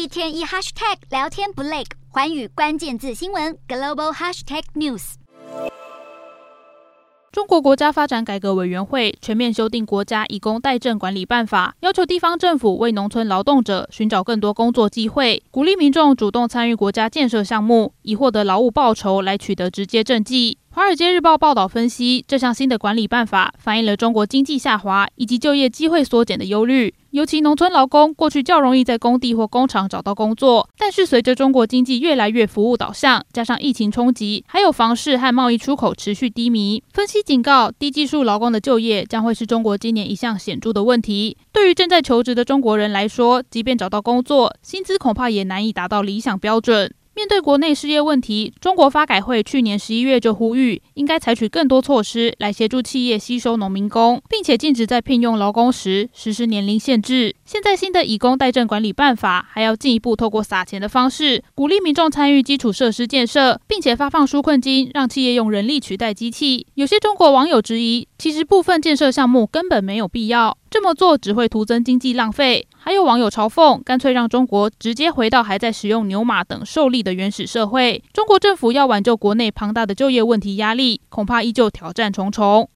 一天一 hashtag 聊天不累，寰宇关键字新闻 global hashtag news。 中国国家发展改革委员会全面修订国家以工代赈管理办法，要求地方政府为农村劳动者寻找更多工作机会，鼓励民众主动参与国家建设项目，以获得劳务报酬来取得直接政绩。华尔街日报报道分析，这项新的管理办法反映了中国经济下滑以及就业机会缩减的忧虑。尤其农村劳工过去较容易在工地或工厂找到工作，但是随着中国经济越来越服务导向，加上疫情冲击，还有房市和贸易出口持续低迷，分析警告，低技术劳工的就业将会是中国今年一项显著的问题。对于正在求职的中国人来说，即便找到工作，薪资恐怕也难以达到理想标准。面对国内失业问题，中国发改会去年11月就呼吁，应该采取更多措施来协助企业吸收农民工，并且禁止在聘用劳工时实施年龄限制。现在新的以工代赈管理办法还要进一步透过撒钱的方式，鼓励民众参与基础设施建设，并且发放纾困金，让企业用人力取代机器。有些中国网友质疑，其实部分建设项目根本没有必要，这么做只会徒增经济浪费。还有网友嘲讽，干脆让中国直接回到还在使用牛马等兽力的原始社会。中国政府要挽救国内庞大的就业问题压力，恐怕依旧挑战重重。